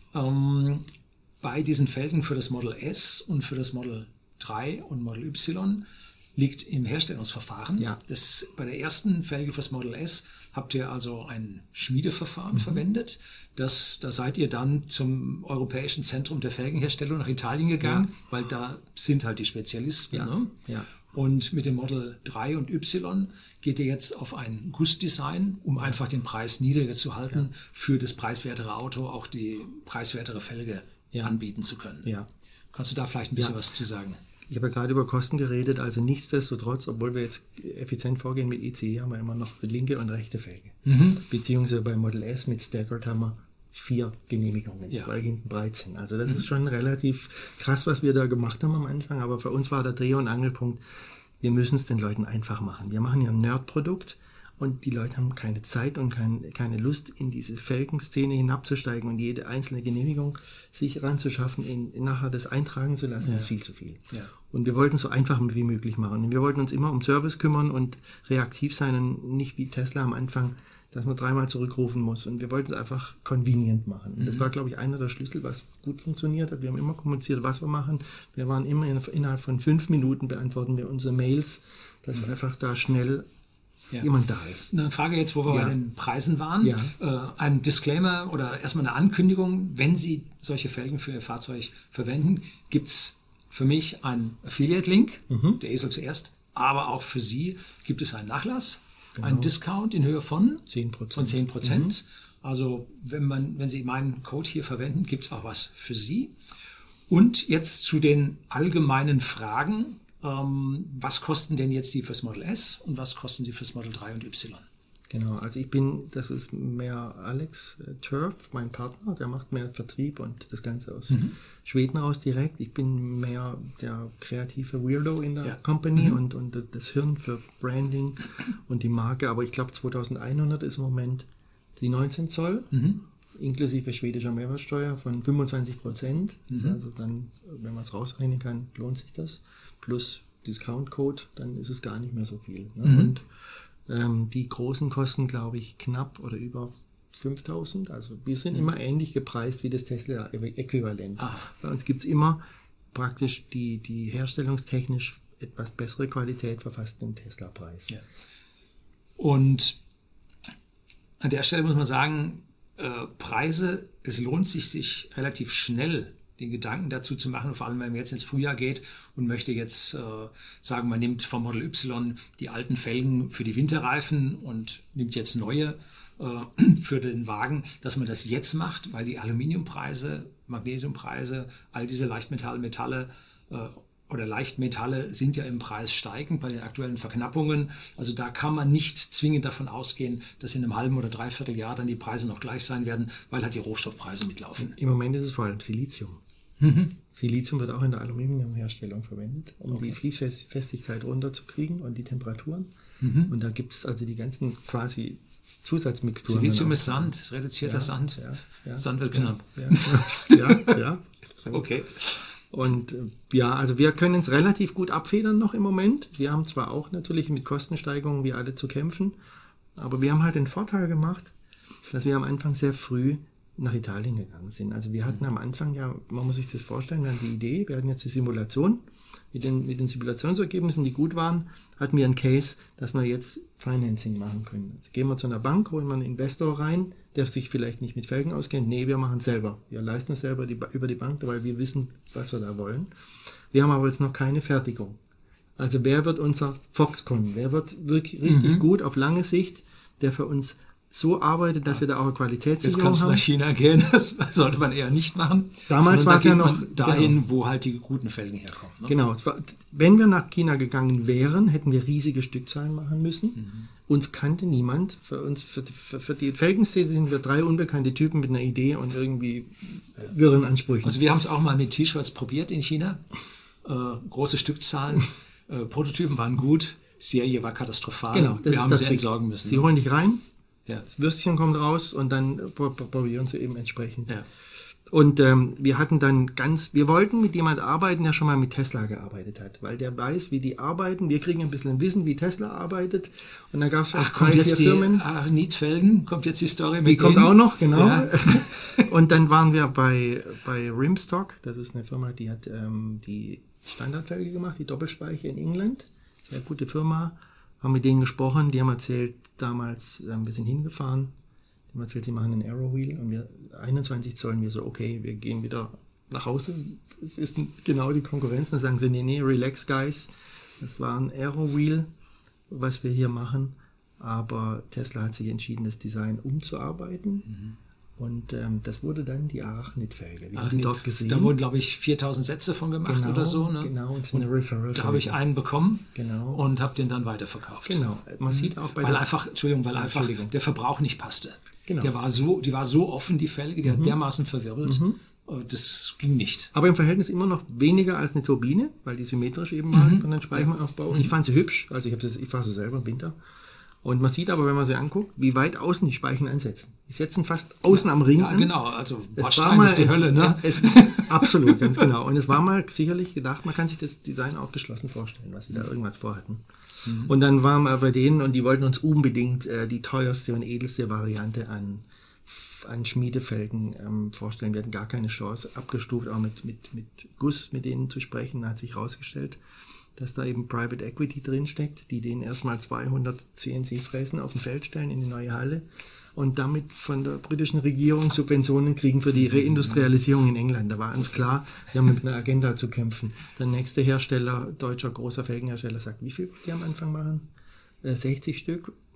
ähm, bei diesen Felgen für das Model S und für das Model drei und Model Y liegt im Herstellungsverfahren. Ja. Das, bei der ersten Felge fürs Model S habt ihr also ein Schmiedeverfahren Mhm. verwendet. Das, da seid ihr dann zum Europäischen Zentrum der Felgenherstellung nach Italien gegangen, Ja. weil da sind halt die Spezialisten. Ja. Ne? Ja. Und mit dem Model drei und Y geht ihr jetzt auf ein Gussdesign, um einfach den Preis niedriger zu halten, Ja. für das preiswertere Auto auch die preiswertere Felge Ja. anbieten zu können. Ja. Kannst du da vielleicht ein bisschen Ja. was zu sagen? Ich habe ja gerade über Kosten geredet, also nichtsdestotrotz, obwohl wir jetzt effizient vorgehen mit E C E, haben wir immer noch linke und rechte Felge. Mhm. Beziehungsweise bei Model S mit Staggered haben wir vier Genehmigungen, Ja. weil hinten breit sind. Also das ist schon relativ krass, was wir da gemacht haben am Anfang, aber für uns war der Dreh- und Angelpunkt, wir müssen es den Leuten einfach machen. Wir machen ja ein Nerd-Produkt und die Leute haben keine Zeit und kein, keine Lust, in diese Felgenszene hinabzusteigen und jede einzelne Genehmigung sich ranzuschaffen, in, nachher das eintragen zu lassen, Ja. ist viel zu viel. Ja. Und wir wollten es so einfach wie möglich machen. Und wir wollten uns immer um Service kümmern und reaktiv sein und nicht wie Tesla am Anfang, dass man dreimal zurückrufen muss. Und wir wollten es einfach convenient machen. Und das war, glaube ich, einer der Schlüssel, was gut funktioniert hat. Wir haben immer kommuniziert, was wir machen. Wir waren immer in, innerhalb von fünf Minuten beantworten wir unsere Mails, dass einfach da schnell Ja. jemand da ist. Eine Frage jetzt, wo wir Ja. bei den Preisen waren. Ja. Äh, ein Disclaimer oder erstmal eine Ankündigung. Wenn Sie solche Felgen für Ihr Fahrzeug verwenden, gibt es für mich einen Affiliate-Link, Mhm. der Esel zuerst, aber auch für Sie gibt es einen Nachlass, Genau. einen Discount in Höhe von, zehn Prozent. von zehn Prozent. Also wenn, man, wenn Sie meinen Code hier verwenden, gibt es auch was für Sie. Und jetzt zu den allgemeinen Fragen. Ähm, was kosten denn jetzt die fürs Model S und was kosten sie fürs Model drei und Y? Genau, also ich bin, das ist mehr Alex äh, Turf, mein Partner, der macht mehr Vertrieb und das Ganze aus mhm. Schweden raus direkt. Ich bin mehr der kreative Weirdo in der ja. Company mhm. und, und das Hirn für Branding und die Marke. Aber ich glaube zweitausendeinhundert ist im Moment die neunzehn Zoll, mhm. inklusive schwedischer Mehrwertsteuer von fünfundzwanzig Prozent. Mhm. Also dann, wenn man es rausrechnen kann, lohnt sich das. Plus Discount-Code, dann ist es gar nicht mehr so viel. Ne? Mhm. Und ähm, die großen kosten, glaube ich, knapp oder über fünftausend. Also wir sind mhm. immer ähnlich gepreist wie das Tesla-Äquivalent. Ah. Bei uns gibt es immer praktisch die, die herstellungstechnisch etwas bessere Qualität verfasst den Tesla-Preis. Ja. Und an der Stelle muss man sagen, äh, Preise, es lohnt sich, sich relativ schnell den Gedanken dazu zu machen, vor allem wenn man jetzt ins Frühjahr geht und möchte jetzt äh, sagen, man nimmt vom Model Y die alten Felgen für die Winterreifen und nimmt jetzt neue äh, für den Wagen, dass man das jetzt macht, weil die Aluminiumpreise, Magnesiumpreise, all diese Leichtmetalle, Metalle äh, oder Leichtmetalle sind ja im Preis steigend bei den aktuellen Verknappungen. Also da kann man nicht zwingend davon ausgehen, dass in einem halben oder dreiviertel Jahr dann die Preise noch gleich sein werden, weil halt die Rohstoffpreise mitlaufen. Im Moment ist es vor allem Silizium. Mhm. Silizium wird auch in der Aluminiumherstellung verwendet, um okay. die Fließfestigkeit runterzukriegen und die Temperaturen. Mhm. Und da gibt es also die ganzen quasi Zusatzmixturen. Silizium ist Sand, ist reduzierter ja, Sand. Ja, ja, Sand wird knapp. Ja, ja, ja, ja. So. Okay. Und ja, also wir können es relativ gut abfedern noch im Moment. Wir haben zwar auch natürlich mit Kostensteigerungen wie alle zu kämpfen, aber wir haben halt den Vorteil gemacht, dass wir am Anfang sehr früh nach Italien gegangen sind. Also wir hatten am Anfang ja, man muss sich das vorstellen, wir hatten die Idee, wir hatten jetzt die Simulation, mit den, mit den Simulationsergebnissen, die gut waren, hatten wir einen Case, dass wir jetzt Financing machen können. Also gehen wir zu einer Bank, holen wir einen Investor rein, der sich vielleicht nicht mit Felgen auskennt. Nee, wir machen es selber. Wir leisten es selber die, über die Bank, weil wir wissen, was wir da wollen. Wir haben aber jetzt noch keine Fertigung. Also wer wird unser Foxconn? Wer wird wirklich richtig mhm. gut auf lange Sicht, der für uns so arbeitet, dass wir da auch eine Qualitätssicherung haben. Jetzt kannst du nach China gehen, das sollte man eher nicht machen. Damals war es ja noch dahin, genau. wo halt die guten Felgen herkommen. Ne? Genau, es war, wenn wir nach China gegangen wären, hätten wir riesige Stückzahlen machen müssen. Mhm. Uns kannte niemand. Für uns, für, für, für die Felgenszene sind wir drei unbekannte Typen mit einer Idee und irgendwie wirren Ansprüchen. Also wir haben es auch mal mit T-Shirts probiert in China. Äh, große Stückzahlen, äh, Prototypen waren gut, Serie war katastrophal. Genau, das wir ist haben das sie entsorgen müssen. Sie holen dich rein. Ja. Das Würstchen kommt raus und dann probieren sie eben entsprechend. Ja. Und ähm, wir hatten dann ganz, wir wollten mit jemand arbeiten, der schon mal mit Tesla gearbeitet hat, weil der weiß, wie die arbeiten. Wir kriegen ein bisschen Wissen, wie Tesla arbeitet. Und dann gab es Ach, kommt drei, jetzt vier die Firmen. Ach, Nietfelgen, kommt jetzt die Story mit Die kommt denen? auch noch, genau. Ja. Und dann waren wir bei, bei Rimstock, das ist eine Firma, die hat ähm, die Standardfelge gemacht, die Doppelspeiche in England. Sehr gute Firma. Haben mit denen gesprochen, die haben erzählt, damals, ähm, wir sind hingefahren, die haben erzählt, sie machen einen Aero Wheel und wir einundzwanzig Zoll, wir so, okay, wir gehen wieder nach Hause, das ist genau die Konkurrenz, dann sagen sie, nee, nee, relax guys, das war ein Aero Wheel, was wir hier machen, aber Tesla hat sich entschieden, das Design umzuarbeiten. Mhm. Und ähm, das wurde dann die Arachnid-Felge. Wir haben die dort gesehen. Da wurden, glaube ich, viertausend Sätze von gemacht genau, oder so. Ne? Genau, und so eine Referral. Da habe ich einen bekommen genau. und habe den dann weiterverkauft. Genau, man mhm. sieht auch bei weil der... einfach, Entschuldigung, weil einfach Entschuldigung. der Verbrauch nicht passte. Genau. Der war so, die war so offen, die Felge, die mhm. hat dermaßen verwirbelt. Mhm. Das ging nicht. Aber im Verhältnis immer noch weniger als eine Turbine, weil die symmetrisch eben war mhm. von den Speichenaufbau. Und ich fand sie hübsch, also ich, ich fahre sie selber im Winter. Und man sieht aber, wenn man sie anguckt, wie weit außen die Speichen ansetzen. Die setzen fast außen am Ring ja, an. Genau, also Bordstein ist die es, Hölle, ne? Es, absolut, ganz genau. Und es war mal sicherlich gedacht, man kann sich das Design auch geschlossen vorstellen, was sie da irgendwas vorhatten. Mhm. Und dann waren wir bei denen und die wollten uns unbedingt äh, die teuerste und edelste Variante an, an Schmiedefelgen ähm, vorstellen. Wir hatten gar keine Chance, abgestuft, auch mit, mit, mit Guss mit denen zu sprechen. Da hat sich herausgestellt, dass da eben Private Equity drinsteckt, die denen erstmal zweihundert C N C-Fräsen auf dem Feld stellen in die neue Halle und damit von der britischen Regierung Subventionen kriegen für die Reindustrialisierung in England. Da war uns klar, wir haben mit einer Agenda zu kämpfen. Der nächste Hersteller, deutscher großer Felgenhersteller, sagt, wie viel die am Anfang machen? Äh, sechzig Stück.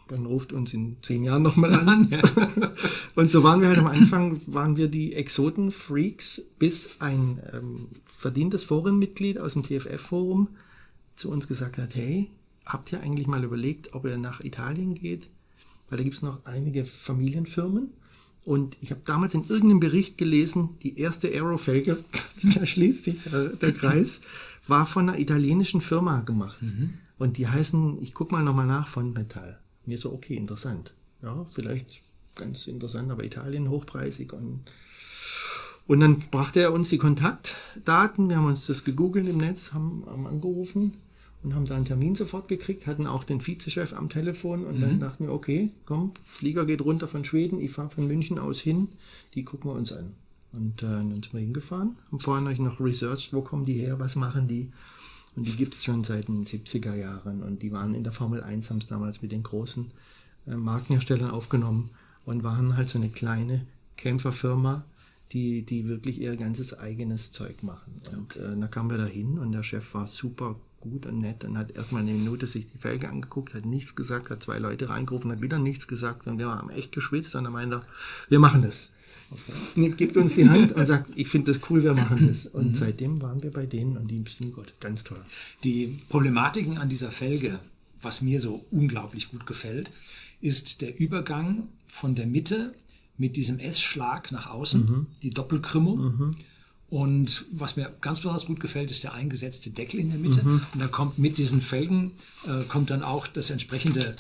dann ruft uns in zehn Jahren nochmal an. Und so waren wir halt am Anfang, waren wir die Exoten-Freaks, bis ein ähm, verdientes Forenmitglied aus dem T F F-Forum zu uns gesagt hat, hey, habt ihr eigentlich mal überlegt, ob ihr nach Italien geht? Weil da gibt es noch einige Familienfirmen. Und ich habe damals in irgendeinem Bericht gelesen, die erste Aerofelge, da schließt sich der, der Kreis, war von einer italienischen Firma gemacht. Mhm. Und die heißen, ich gucke mal nochmal nach, von Metall. Mir so, okay, interessant. Ja, vielleicht ganz interessant, aber Italien hochpreisig. Und, und dann brachte er uns die Kontaktdaten, wir haben uns das gegoogelt im Netz, haben, haben angerufen und haben da einen Termin sofort gekriegt, hatten auch den Vizechef am Telefon und mhm. dann dachten wir, okay, komm, Flieger geht runter von Schweden, ich fahre von München aus hin, die gucken wir uns an. Und äh, dann sind wir hingefahren, haben vorher noch researched, wo kommen die her, was machen die? Und die gibt es schon seit den siebziger Jahren und die waren in der Formel eins, haben es damals mit den großen äh, Markenherstellern aufgenommen und waren halt so eine kleine Kämpferfirma, die, die wirklich ihr ganzes eigenes Zeug machen. Und äh, dann kamen wir da hin und der Chef war super gut und nett und hat erstmal eine Minute sich die Felge angeguckt, hat nichts gesagt, hat zwei Leute reingerufen, hat wieder nichts gesagt und wir haben echt geschwitzt und dann meinte er, wir machen das. Okay. Gibt uns die Hand und sagt, ich finde das cool, wir machen das. Und mhm. seitdem waren wir bei denen und die sind gut, ganz toll. Die Problematiken an dieser Felge, was mir so unglaublich gut gefällt, ist der Übergang von der Mitte mit diesem S-Schlag nach außen, mhm. die Doppelkrümmung. Mhm. Und was mir ganz besonders gut gefällt, ist der eingesetzte Deckel in der Mitte. Mhm. Und da kommt mit diesen Felgen, äh, kommt dann auch das entsprechende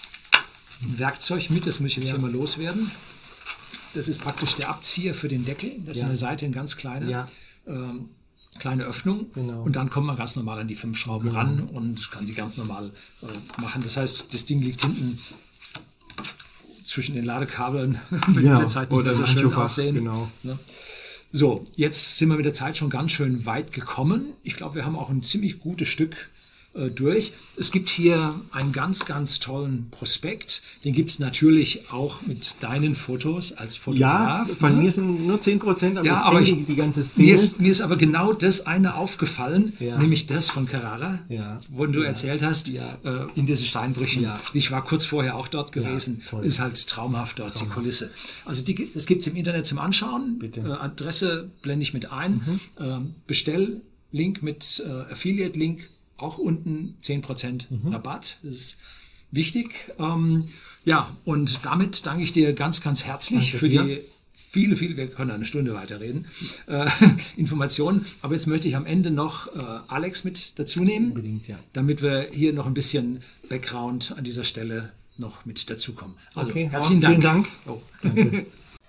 Werkzeug mit. Das muss ich jetzt ja. hier mal loswerden. Das ist praktisch der Abzieher für den Deckel. Das ist ja. an der Seite eine ganz kleine, ja. ähm, kleine Öffnung. Genau. Und dann kommt man ganz normal an die fünf Schrauben genau. ran und kann sie ganz normal äh, machen. Das heißt, das Ding liegt hinten zwischen den Ladekabeln, wenn ja. mit der Zeit nicht mehr so schön aussehen. Genau. Ne? So, jetzt sind wir mit der Zeit schon ganz schön weit gekommen. Ich glaube, wir haben auch ein ziemlich gutes Stück äh, durch. Es gibt hier einen ganz, ganz tollen Prospekt. Den gibt es natürlich auch mit deinen Fotos als Fotograf. Ja, von ne? mir sind nur zehn Prozent, aber, ja, aber ich, die ganze Szene. Mir ist, mir ist aber genau das eine aufgefallen, ja. nämlich das von Carrara, ja. wo du ja. erzählt hast, ja. äh, in diesen Steinbrüchen. Ja. Ich war kurz vorher auch dort gewesen. Ja, ist halt traumhaft dort, traumhaft. Die Kulisse. Also die, das gibt es im Internet zum Anschauen. Bitte. Äh, Adresse blende ich mit ein. Mhm. Ähm, Bestelllink mit äh, Affiliate-Link. Auch unten zehn Prozent mhm. Rabatt. Das ist wichtig. Ähm, ja, und damit danke ich dir ganz, ganz herzlich danke für dir. Die viele, viele, wir können eine Stunde weiterreden, äh, Informationen. Aber jetzt möchte ich am Ende noch äh, Alex mit dazu nehmen, Unbedingt, ja. damit wir hier noch ein bisschen Background an dieser Stelle noch mit dazukommen. Also, okay, herzlichen Dank. Vielen Dank. Oh, danke.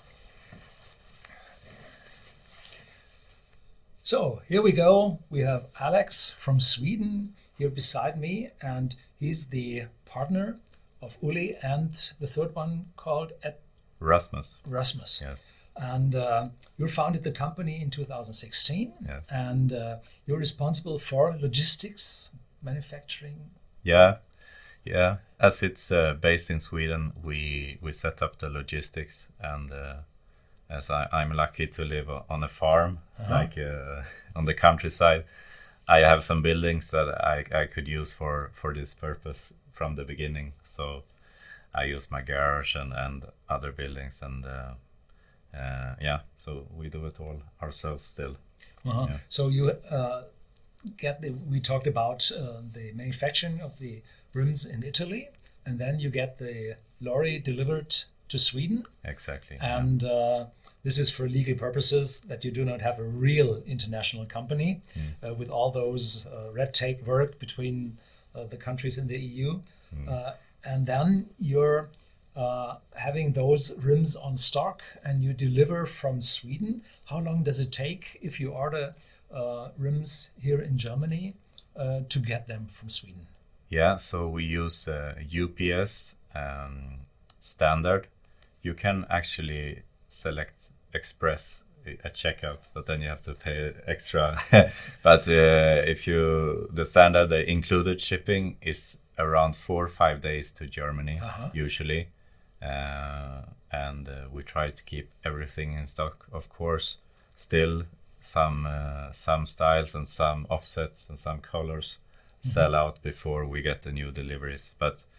So, here we go. We have Alex from Sweden here beside me, and he's the partner of Uli and the third one called at Rasmus. Rasmus. Yes. And uh, you founded the company in two thousand sixteen, yes. and uh, you're responsible for logistics, manufacturing. Yeah, yeah. As it's uh, based in Sweden, we we set up the logistics and. Uh, As I, I'm lucky to live on a farm, uh-huh. like uh, on the countryside, I have some buildings that I, I could use for, for this purpose from the beginning. So I use my garage and, and other buildings, and uh, uh, yeah, so we do it all ourselves still. Uh-huh. Yeah. So you uh, get the, we talked about uh, the manufacturing of the rims in Italy, and then you get the lorry delivered to Sweden. Exactly. And yeah. uh, this is for legal purposes, that you do not have a real international company mm. uh, with all those uh, red tape work between uh, the countries in the E U. Mm. Uh, and then you're uh, having those rims on stock and you deliver from Sweden. How long does it take if you order uh, rims here in Germany uh, to get them from Sweden? Yeah, so we use uh, U P S um, standard. You can actually select Express at checkout, but then you have to pay extra. But uh, if you, the standard, the included shipping is around four or five days to Germany, uh-huh. usually. Uh, and uh, we try to keep everything in stock, of course. Still, some uh, some styles and some offsets and some colors mm-hmm. sell out before we get the new deliveries. But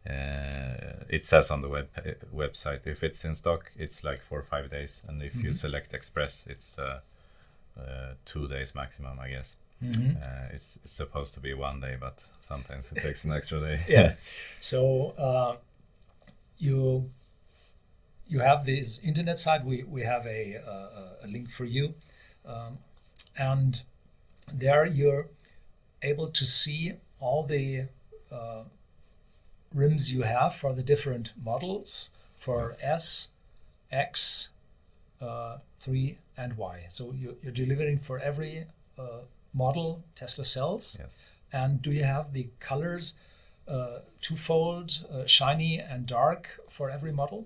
uh, it says on the web website if it's in stock, it's like four or five days, and if Mm-hmm. you select express, it's uh, uh, two days maximum, I guess. Mm-hmm. Uh, it's, it's supposed to be one day, but sometimes it takes an extra day. Yeah. So uh, you you have this internet site. We we have a a, a link for you, um, and there you're able to see all the uh, rims you have for the different models for S, X, uh, three, and Y. So you, you're delivering for every uh, model Tesla sells. Yes. And do you have the colors uh, twofold, uh, shiny and dark for every model?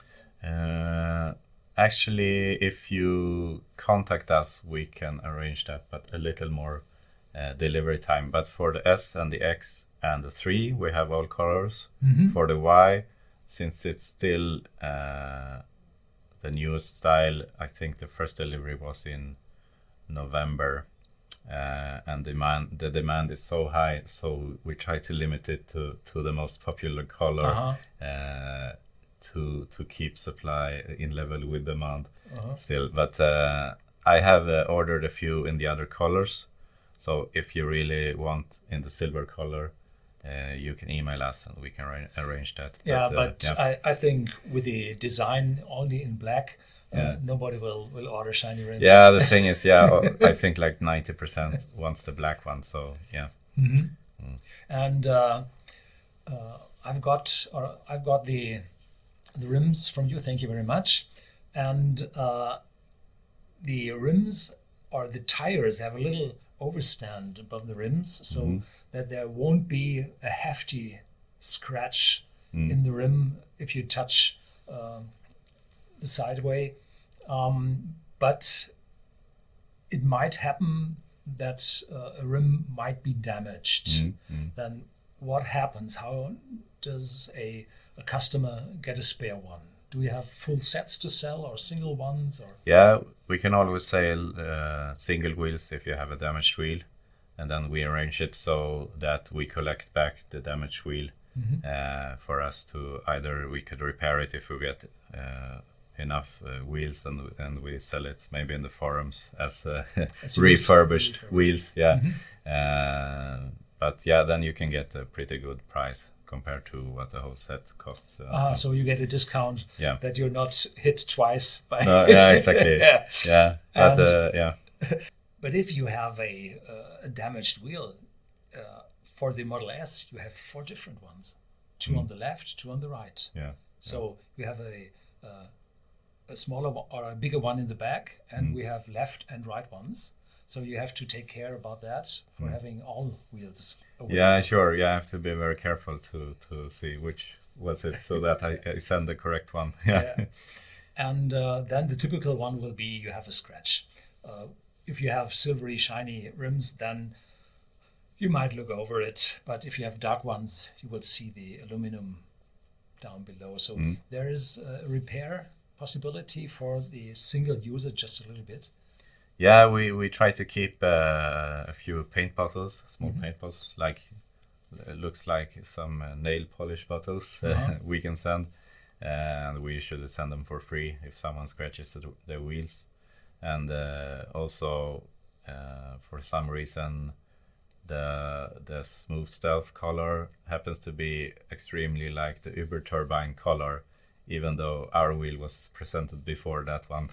Uh, actually, if you contact us, we can arrange that, but a little more uh, delivery time. But for the S and the X and the three, we have all colors. Mm-hmm. For the Y, since it's still uh, the newest style, I think the first delivery was in November. Uh, and demand the demand is so high, so we try to limit it to, to the most popular color Uh-huh. uh, to to keep supply in level with demand Uh-huh. still. But uh, I have uh, ordered a few in the other colors, so if you really want in the silver color, uh, you can email us and we can arra- arrange that. Yeah, uh, but yeah. I, I think with the design only in black, uh, Yeah. nobody will, will order shiny rims. Yeah, the thing is, yeah, I think like ninety percent wants the black one, so yeah. Mm-hmm. Mm. And uh, uh, I've got or I've got the the rims from you. Thank you very much. And uh, the rims or the tires have a little overstand above the rims, so Mm-hmm. that there won't be a hefty scratch Mm. in the rim if you touch uh, the sideway. Um, but it might happen that uh, a rim might be damaged. Mm, mm. Then what happens? How does a, a customer get a spare one? Do you have full sets to sell or single ones? Or Yeah, we can always sell uh, single wheels if you have a damaged wheel, and then we arrange it so that we collect back the damaged wheel Mhm. uh, for us to either we could repair it if we get uh, enough uh, wheels, and and we sell it maybe in the forums as uh, As used, refurbished refurbished. wheels. Yeah, Mhm. uh, but yeah, then you can get a pretty good price compared to what the whole set costs. Uh, Ah, so- so you get a discount Yeah. that you're not hit twice by. No, yeah, exactly. Yeah. Yeah, but And- uh, yeah. But if you have a, uh, a damaged wheel uh, for the Model S, you have four different ones: two Mm. on the left, two on the right. Yeah. So you have a uh, a smaller one or a bigger one in the back, and Mm. we have left and right ones. So you have to take care about that for Mm. having all wheels away. Yeah, sure. Yeah, I have to be very careful to to see which was it, so that I, I send the correct one. Yeah. Yeah. And uh, then the typical one will be you have a scratch. Uh, if you have silvery, shiny rims, then you might look over it. But if you have dark ones, you will see the aluminum down below. So Mm. there is a repair possibility for the single user just a little bit. Yeah, we, we try to keep uh, a few paint bottles, small Mhm. paint bottles, like it looks like some uh, nail polish bottles uh, Uh-huh. we can send, and we usually send them for free if someone scratches the, the wheels. And uh, also, uh, for some reason, the the smooth stealth color happens to be extremely like the Uber turbine color, even though our wheel was presented before that one.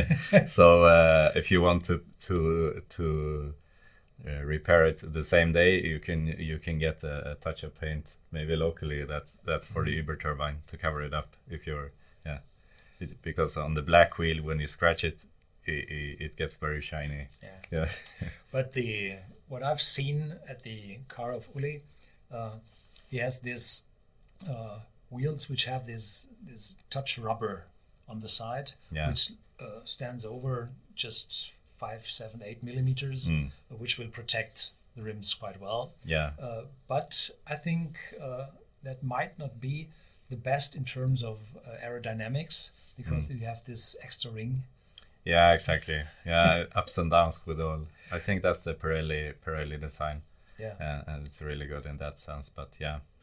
So uh, if you want to to to uh, repair it the same day, you can you can get a, a touch of paint maybe locally. That's that's for the Uber turbine to cover it up. If you're yeah, it, because on the black wheel when you scratch it, it, it, it gets very shiny. Yeah. Yeah. But the what I've seen at the car of Uli, uh, he has this uh, wheels which have this this touch rubber on the side, Yeah. which uh, stands over just five, seven, eight millimeters, Mm. uh, which will protect the rims quite well. Yeah. Uh, but I think uh, that might not be the best in terms of uh, aerodynamics because Mm. you have this extra ring. Yeah, exactly. Yeah, ups and downs with all. I think that's the Pirelli Pirelli design, Yeah. and, and it's really good in that sense. But yeah,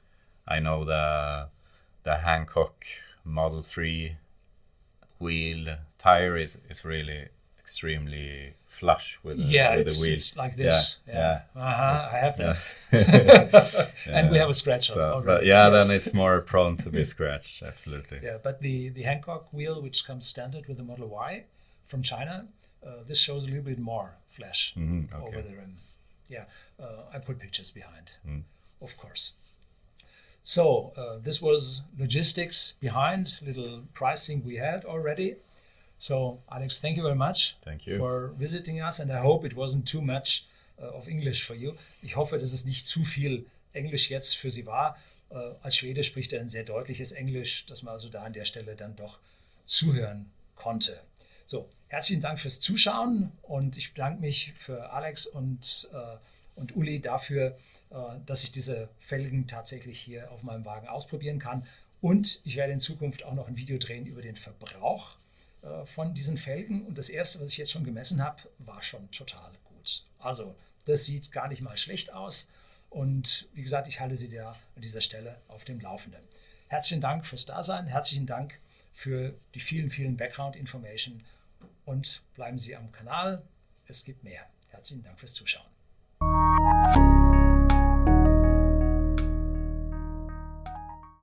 I know the the Hankook Model three wheel tire is, is really extremely flush with the, yeah, with it's, the wheel. it's like this. Yeah, Yeah, yeah. Uh-huh, I have that. Yeah. And we have a scratch on So, already. but yeah, Yes. then it's more prone to be scratched. Absolutely. Yeah, but the, the Hankook wheel, which comes standard with the Model Y from China, uh, this shows a little bit more flash Mhm, okay. over the rim. Yeah, uh, I put pictures behind, Mm. of course. So uh, this was logistics behind, little pricing we had already. So Alex, thank you very much Thank you. for visiting us, and I hope it wasn't too much uh, of English for you. Ich hoffe, dass es nicht zu viel Englisch jetzt für Sie war. Äh, als Schwede spricht er ein sehr deutliches Englisch, dass man also da an der Stelle dann doch zuhören konnte. So, herzlichen Dank fürs Zuschauen und ich bedanke mich für Alex und, äh, und Uli dafür, äh, dass ich diese Felgen tatsächlich hier auf meinem Wagen ausprobieren kann. Und ich werde in Zukunft auch noch ein Video drehen über den Verbrauch äh, von diesen Felgen. Und das erste, was ich jetzt schon gemessen habe, war schon total gut. Also, das sieht gar nicht mal schlecht aus. Und wie gesagt, ich halte Sie da an dieser Stelle auf dem Laufenden. Herzlichen Dank fürs Dasein, herzlichen Dank für die vielen, vielen Background-Information und bleiben Sie am Kanal. Es gibt mehr. Herzlichen Dank fürs Zuschauen.